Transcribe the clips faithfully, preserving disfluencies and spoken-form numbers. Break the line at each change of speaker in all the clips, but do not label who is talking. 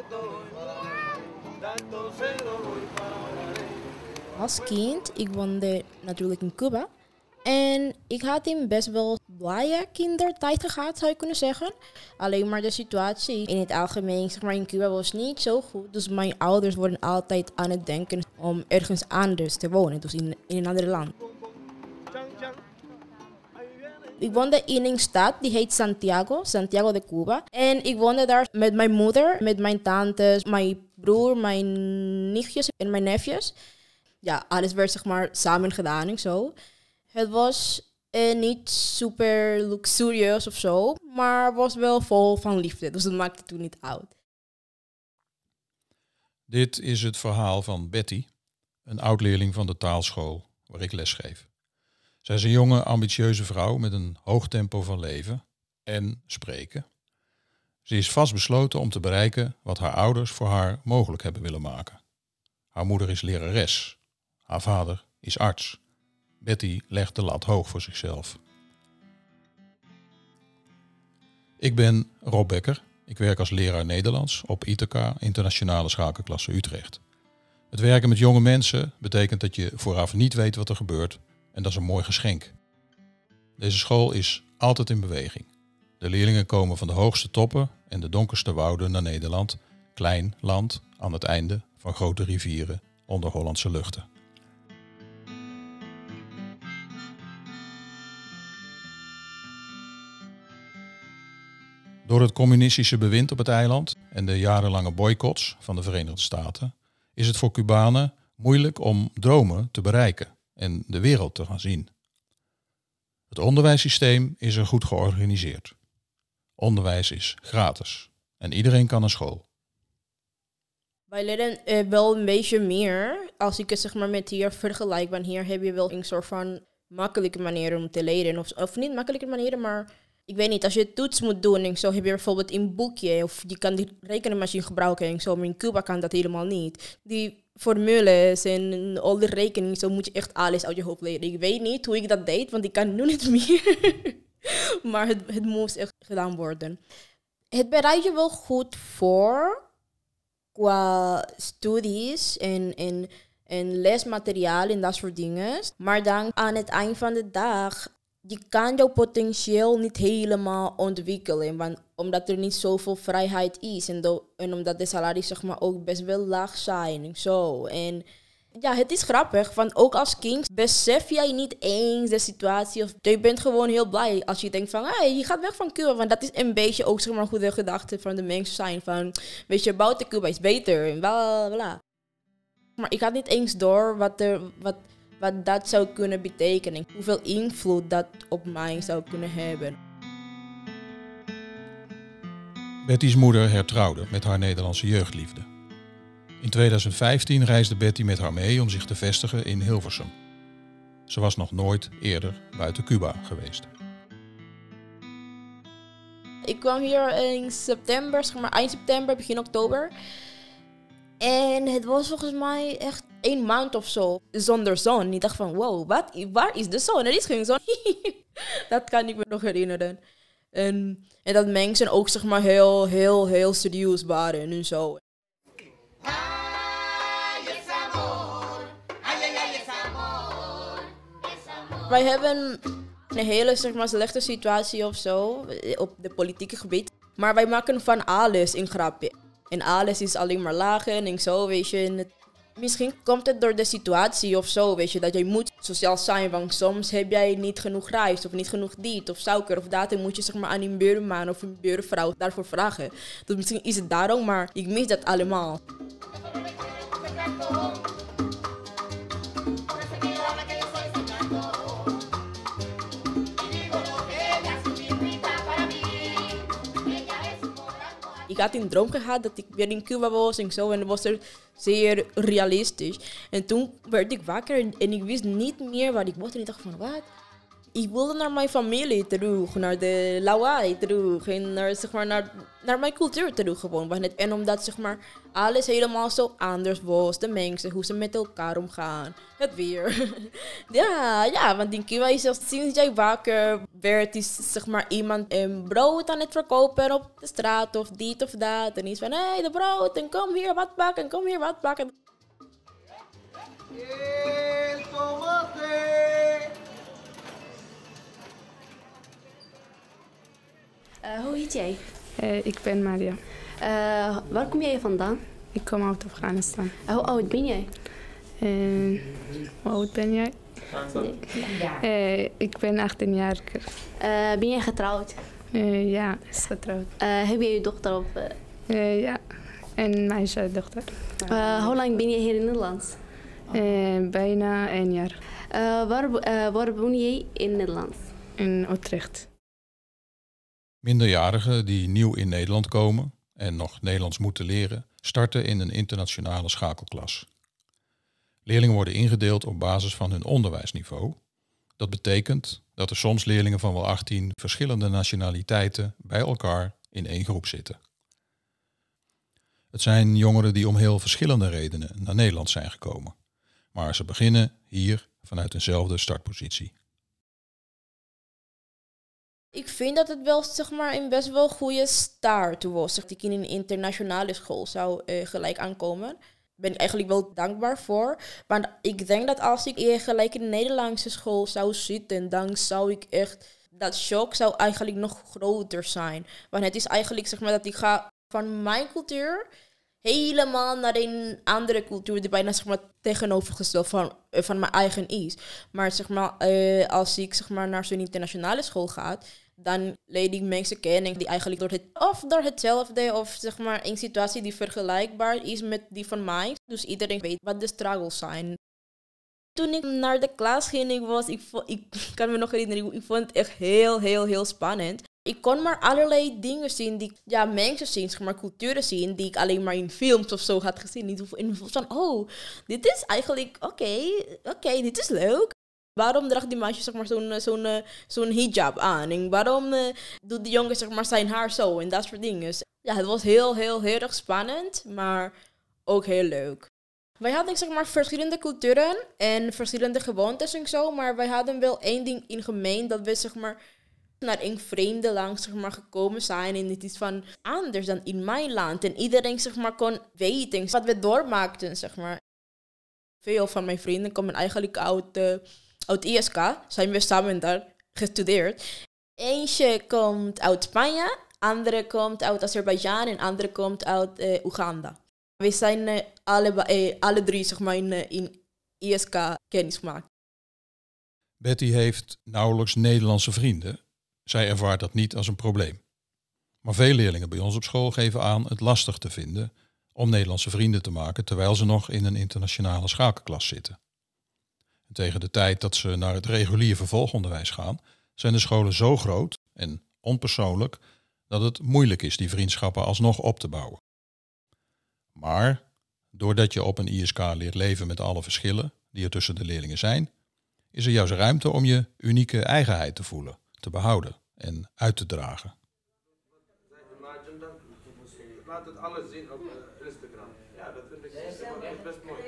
Als kind, ik woonde natuurlijk in Cuba. En ik had een best wel blije kindertijd gehad, zou je kunnen zeggen. Alleen maar de situatie in het algemeen, zeg maar in Cuba, was niet zo goed. Dus mijn ouders worden altijd aan het denken om ergens anders te wonen. Dus in, in een ander land. Ik woonde in een stad die heet Santiago, Santiago de Cuba. En ik woonde daar met mijn moeder, met mijn tantes, mijn broer, mijn nichtjes en mijn neefjes. Ja, alles werd zeg maar samen gedaan en zo. Het was eh, niet super luxurieus of zo, maar was wel vol van liefde. Dus dat maakte toen niet uit.
Dit is het verhaal van Betty, een oud-leerling van de taalschool waar ik lesgeef. Zij is een jonge, ambitieuze vrouw met een hoog tempo van leven en spreken. Ze is vastbesloten om te bereiken wat haar ouders voor haar mogelijk hebben willen maken. Haar moeder is lerares. Haar vader is arts. Betty legt de lat hoog voor zichzelf. Ik ben Rob Becker. Ik werk als leraar Nederlands op Ithaca, Internationale Schakelklasse Utrecht. Het werken met jonge mensen betekent dat je vooraf niet weet wat er gebeurt en dat is een mooi geschenk. Deze school is altijd in beweging. De leerlingen komen van de hoogste toppen en de donkerste wouden naar Nederland. Klein land aan het einde van grote rivieren onder Hollandse luchten. Door het communistische bewind op het eiland en de jarenlange boycotts van de Verenigde Staten is het voor Cubanen moeilijk om dromen te bereiken en de wereld te gaan zien. Het onderwijssysteem is er goed georganiseerd. Onderwijs is gratis en iedereen kan naar school.
Wij leren uh, wel een beetje meer. Als ik het zeg maar met hier vergelijk, want hier heb je wel een soort van makkelijke manier om te leren. Of, of niet makkelijke manieren, maar ik weet niet, als je toets moet doen en zo heb je bijvoorbeeld een boekje of je kan die rekenmachine gebruiken en zo, maar in Cuba kan dat helemaal niet. Die formules en al die rekeningen, zo moet je echt alles uit je hoofd leren. Ik weet niet hoe ik dat deed, want ik kan nu niet meer. Maar het, het moest echt gedaan worden. Het bereidt je wel goed voor qua studies en, en, en lesmateriaal en dat soort dingen. Maar dan aan het eind van de dag, je kan jouw potentieel niet helemaal ontwikkelen. Want omdat er niet zoveel vrijheid is. En, do, en omdat de salari's zeg maar, ook best wel laag zijn. En zo. En ja, het is grappig. Want ook als kind besef jij niet eens de situatie. Of je bent gewoon heel blij als je denkt van, hey, je gaat weg van Cuba. Want dat is een beetje ook zeg maar, hoe de gedachten van de mensen zijn. Van, weet je, buiten Cuba is beter. En bla, bla. Maar ik had niet eens door wat er... Wat, wat dat zou kunnen betekenen. Hoeveel invloed dat op mij zou kunnen hebben.
Betty's moeder hertrouwde met haar Nederlandse jeugdliefde. In tweeduizend vijftien reisde Betty met haar mee om zich te vestigen in Hilversum. Ze was nog nooit eerder buiten Cuba geweest.
Ik kwam hier in september, zeg maar eind september, begin oktober. En het was volgens mij echt één maand of zo zonder zon. Ik dacht van, wow, wat? Waar is de zon? Er is geen zon. Dat kan ik me nog herinneren. En, en dat mensen ook zeg maar heel, heel, heel serieus waren en zo. Wij hebben een hele zeg maar, slechte situatie of zo op het politieke gebied. Maar wij maken van alles een grapje. En alles is alleen maar lachen en zo, weet je. En het, misschien komt het door de situatie of zo, weet je. Dat jij moet sociaal zijn, want soms heb jij niet genoeg rijst of niet genoeg dit of suiker of dat. En moet je zeg maar aan een buurman of een buurvrouw daarvoor vragen. Dus misschien is het daarom, maar ik mis dat allemaal. Ik had een droom gehad dat ik weer in Cuba was en zo. En dat was er zeer realistisch. En toen werd ik wakker en, en ik wist niet meer waar ik was. En ik dacht van, wat? Ik wilde naar mijn familie terug, naar de lawaai terug en naar, zeg maar, naar, naar mijn cultuur terug gewoon. Want en omdat zeg maar, alles helemaal zo anders was, de mensen, hoe ze met elkaar omgaan, het weer. ja, ja, want in Cuba is het sinds jij wakker werd, is zeg maar, iemand een brood aan het verkopen op de straat of dit of dat. En is van, hé, hey, de brood, en kom hier wat bakken, kom hier wat bakken.
Uh, hoe heet jij?
Uh, ik ben Maria.
Uh, waar kom jij vandaan?
Ik kom uit Afghanistan.
Uh, hoe oud ben jij?
Uh, hoe oud ben jij? Uh, ik ben achttien jaar. Uh,
ben jij getrouwd?
Uh, ja, is getrouwd.
Uh, heb je je dochter of? Uh...
Uh, ja, een meisje dochter.
Uh, hoe lang ben je hier in Nederland?
Uh, bijna een jaar.
Uh, waar, uh, waar woon jij in Nederland?
In Utrecht.
Minderjarigen die nieuw in Nederland komen en nog Nederlands moeten leren, starten in een internationale schakelklas. Leerlingen worden ingedeeld op basis van hun onderwijsniveau. Dat betekent dat er soms leerlingen van wel achttien verschillende nationaliteiten bij elkaar in één groep zitten. Het zijn jongeren die om heel verschillende redenen naar Nederland zijn gekomen. Maar ze beginnen hier vanuit eenzelfde startpositie.
Ik vind dat het wel zeg maar, een best wel goede start was. Dat ik in een internationale school zou uh, gelijk aankomen. Daar ben ik eigenlijk wel dankbaar voor. Maar ik denk dat als ik uh, gelijk in een Nederlandse school zou zitten, dan zou ik echt... Dat shock zou eigenlijk nog groter zijn. Want het is eigenlijk zeg maar, dat ik ga van mijn cultuur helemaal naar een andere cultuur die bijna zeg maar, tegenovergesteld van, uh, van mijn eigen is. Maar zeg maar, uh, als ik zeg maar, naar zo'n internationale school ga, dan leer ik mensen kennen die eigenlijk door het, of door hetzelfde of zeg maar een situatie die vergelijkbaar is met die van mij. Dus iedereen weet wat de struggles zijn. Toen ik naar de klas ging, ik, was, ik, vo- ik kan me nog herinneren, ik vond het echt heel, heel, heel spannend. Ik kon maar allerlei dingen zien, die, ja, mensen zien, zeg maar, culturen zien, die ik alleen maar in films of zo had gezien. Niet in van, oh, dit is eigenlijk, oké, okay, oké, okay, dit is leuk. Waarom draagt die meisje zeg maar, zo'n, zo'n, zo'n hijab aan? En waarom uh, doet die jongen zeg maar, zijn haar zo? En dat soort dingen. Ja, het was heel, heel, heel erg spannend, maar ook heel leuk. Wij hadden zeg maar, verschillende culturen en verschillende gewoontes en zo, maar wij hadden wel één ding in gemeen, dat we zeg maar, naar een vreemde land zeg maar, gekomen zijn en het is van anders dan in mijn land. En iedereen zeg maar, kon weten wat we doormaakten. Zeg maar. Veel van mijn vrienden komen eigenlijk uit... Uh, Uit I S K zijn we samen daar gestudeerd. Eentje komt uit Spanje, andere komt uit Azerbeidzjan en andere komt uit uh, Oeganda. We zijn uh, alle, uh, alle drie zeg maar, in, uh, in I S K kennis gemaakt.
Betty heeft nauwelijks Nederlandse vrienden. Zij ervaart dat niet als een probleem. Maar veel leerlingen bij ons op school geven aan het lastig te vinden om Nederlandse vrienden te maken terwijl ze nog in een internationale schakelklas zitten. Tegen de tijd dat ze naar het reguliere vervolgonderwijs gaan, zijn de scholen zo groot en onpersoonlijk dat het moeilijk is die vriendschappen alsnog op te bouwen. Maar doordat je op een I S K leert leven met alle verschillen die er tussen de leerlingen zijn, is er juist ruimte om je unieke eigenheid te voelen, te behouden en uit te dragen.
Laat het alles zien op Instagram. Ja, dat vind ik best mooi.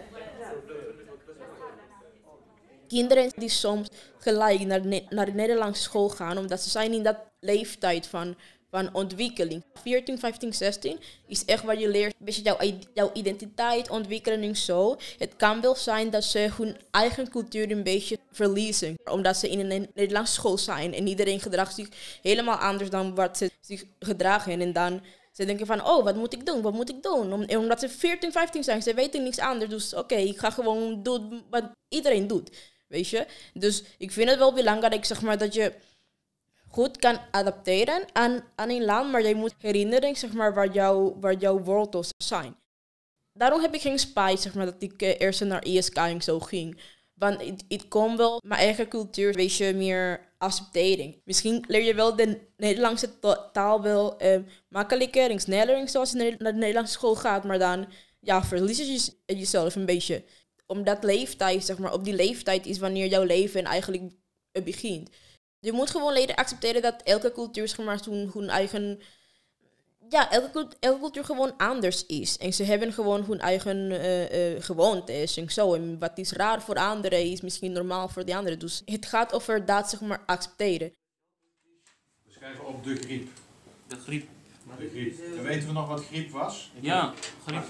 Kinderen die soms gelijk naar, ne- naar de Nederlandse school gaan, omdat ze zijn in dat leeftijd van, van ontwikkeling. veertien, vijftien, zestien is echt waar je leert een beetje jouw, jouw identiteit ontwikkelen en zo. Het kan wel zijn dat ze hun eigen cultuur een beetje verliezen, omdat ze in een Nederlandse school zijn en iedereen gedraagt zich helemaal anders dan wat ze zich gedragen. En dan ze denken van, oh, wat moet ik doen, wat moet ik doen? Om, omdat ze veertien, vijftien zijn, ze weten niks anders. Dus oké, okay, ik ga gewoon doen wat iedereen doet. Weet je? Dus ik vind het wel belangrijk zeg maar, dat je goed kan adapteren aan, aan een land, maar je moet herinneren zeg maar, waar, jouw, waar jouw wortels zijn. Daarom heb ik geen spijt zeg maar, dat ik uh, eerst naar I S K en zo ging. Want het, het kon wel mijn eigen cultuur een beetje meer accepteren. Misschien leer je wel de Nederlandse taal wel uh, makkelijker en sneller en zoals je naar de Nederlandse school gaat, maar dan ja, verlies je jezelf een beetje. Omdat leeftijd, zeg maar, op die leeftijd is wanneer jouw leven eigenlijk uh, begint. Je moet gewoon leren accepteren dat elke cultuur zeg maar hun, hun eigen... Ja, elke, elke cultuur gewoon anders is. En ze hebben gewoon hun eigen uh, uh, gewoontes en zo. En wat is raar voor anderen is misschien normaal voor de anderen. Dus het gaat over dat zeg maar accepteren.
We schrijven op de griep.
De griep.
De griep. En weten we nog wat griep was?
Ja, griep.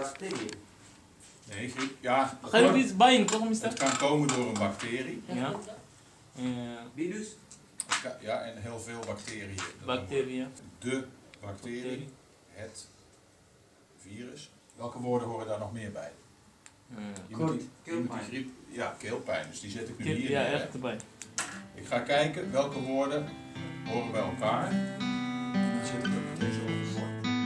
Nee, griep. Ja,
Griep is bijen, toch mister?
het kan komen door een bacterie.
Ja. Uh,
Virus?
Het kan- Ja, en heel veel bacteriën.
bacteriën.
De bacterie, het virus. Welke woorden horen daar nog meer bij?
Uh,
Je moet die, je moet die griep, ja, keelpijn, dus die zet ik nu
kip,
hier
ja,
neer.
echt erbij.
Ik ga kijken welke woorden horen bij elkaar. Dan zet ik ook deze over.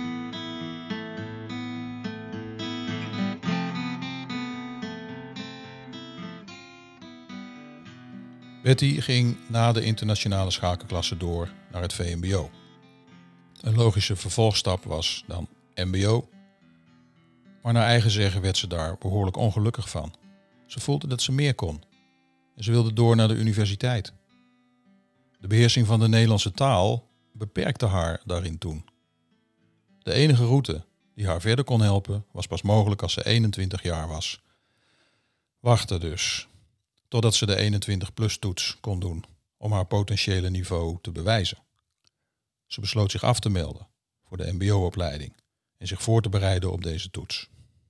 Betty ging na de internationale schakelklasse door naar het V M B O. Een logische vervolgstap was dan M B O. Maar naar eigen zeggen werd ze daar behoorlijk ongelukkig van. Ze voelde dat ze meer kon. En ze wilde door naar de universiteit. De beheersing van de Nederlandse taal beperkte haar daarin toen. De enige route die haar verder kon helpen was pas mogelijk als ze eenentwintig jaar was. Wachten dus, totdat ze de eenentwintig plus toets kon doen om haar potentiële niveau te bewijzen. Ze besloot zich af te melden voor de M B O-opleiding en zich voor te bereiden op deze toets.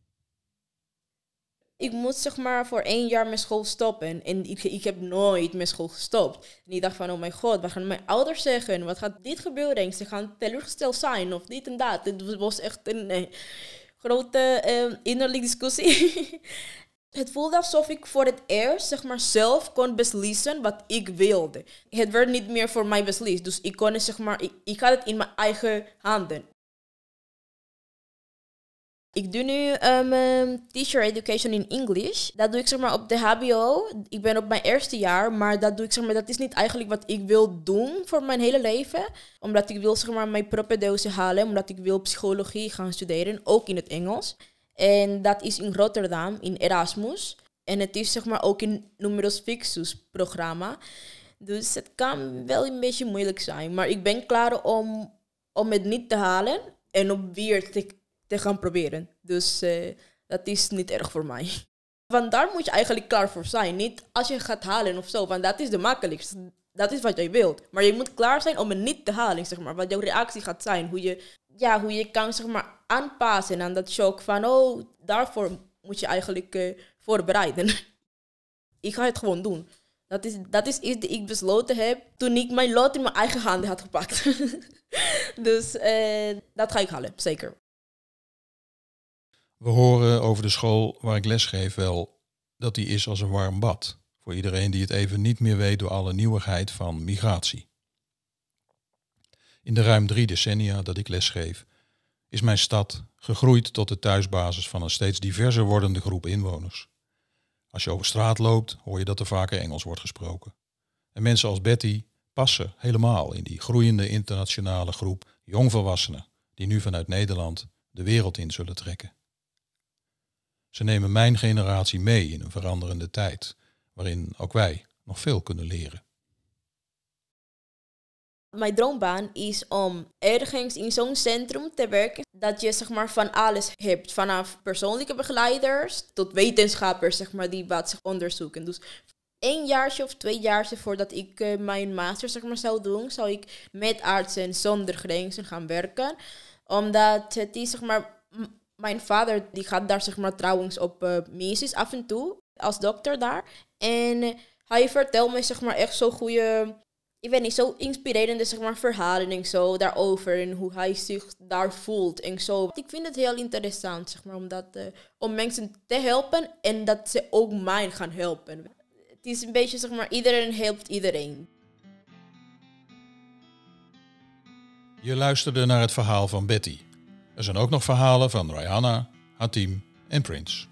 Ik moest zeg maar voor één jaar mijn school stoppen. En ik, ik heb nooit mijn school gestopt. En ik dacht van, oh mijn god, wat gaan mijn ouders zeggen? Wat gaat dit gebeuren? En ze gaan teleurgesteld zijn of dit en dat. Het was echt een eh, grote uh, innerlijke discussie. Het voelde alsof ik voor het eerst zeg maar, zelf kon beslissen wat ik wilde. Het werd niet meer voor mij beslist. Dus ik kon het, zeg maar, ik, ik had het in mijn eigen handen. Ik doe nu um, teacher education in English. Dat doe ik zeg maar op de H B O. Ik ben op mijn eerste jaar, maar dat doe ik zeg maar, dat is niet eigenlijk wat ik wil doen voor mijn hele leven. Omdat ik wil zeg maar mijn propedeuse halen, omdat ik wil psychologie gaan studeren, ook in het Engels. En dat is in Rotterdam, in Erasmus. En het is zeg maar ook in Numerus Fixus programma. Dus het kan wel een beetje moeilijk zijn. Maar ik ben klaar om, om het niet te halen en op weer te, te gaan proberen. Dus uh, dat is niet erg voor mij. Want daar moet je eigenlijk klaar voor zijn. Niet als je gaat halen of zo, want dat is de makkelijkste. Dat is wat jij wilt. Maar je moet klaar zijn om het niet te halen, zeg maar. Wat jouw reactie gaat zijn. Hoe je, ja, hoe je kan, zeg maar, aanpassen aan dat shock van, oh, daarvoor moet je eigenlijk uh, voorbereiden. Ik ga het gewoon doen. Dat is, dat is iets dat ik besloten heb toen ik mijn lot in mijn eigen handen had gepakt. Dus uh, dat ga ik halen, zeker.
We horen over de school waar ik lesgeef wel dat die is als een warm bad. Voor iedereen die het even niet meer weet door alle nieuwigheid van migratie. In de ruim drie decennia dat ik lesgeef, is mijn stad gegroeid tot de thuisbasis van een steeds diverser wordende groep inwoners. Als je over straat loopt, hoor je dat er vaker Engels wordt gesproken. En mensen als Betty passen helemaal in die groeiende internationale groep jongvolwassenen die nu vanuit Nederland de wereld in zullen trekken. Ze nemen mijn generatie mee in een veranderende tijd, waarin ook wij nog veel kunnen leren.
Mijn droombaan is om ergens in zo'n centrum te werken dat je zeg maar, van alles hebt. Vanaf persoonlijke begeleiders tot wetenschappers zeg maar, die wat zich onderzoeken. Dus één jaartje of twee jaar voordat ik uh, mijn master zeg maar, zou doen, zou ik met artsen zonder grenzen gaan werken. Omdat het is, zeg maar, m- mijn vader die gaat daar zeg maar, trouwens op uh, missies af en toe als dokter daar. En uh, hij vertelt me zeg maar, echt zo goede... Ik weet niet, zo inspirerende zeg maar, verhalen en zo daarover. En hoe hij zich daar voelt en zo. Ik vind het heel interessant, zeg maar, om, dat, uh, om mensen te helpen. En dat ze ook mij gaan helpen. Het is een beetje, zeg maar, iedereen helpt iedereen.
Je luisterde naar het verhaal van Betty. Er zijn ook nog verhalen van Rihanna, Hatim en Prince.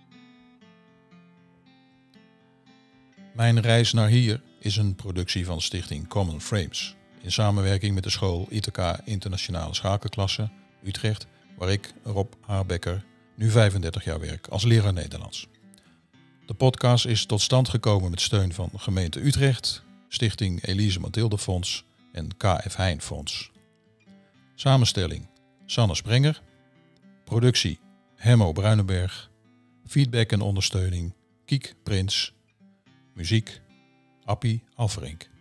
Mijn reis naar hier is een productie van stichting Common Frames. In samenwerking met de school I T K Internationale Schakelklasse Utrecht, waar ik, Rob Haarbekker, nu vijfendertig jaar werk als leraar Nederlands. De podcast is tot stand gekomen met steun van gemeente Utrecht, Stichting Elise Mathilde Fonds en K F Heijn Fonds. Samenstelling Sanne Sprenger. Productie Hemmo Bruinenberg. Feedback en ondersteuning Kiek Prins. Muziek Appie Alverink.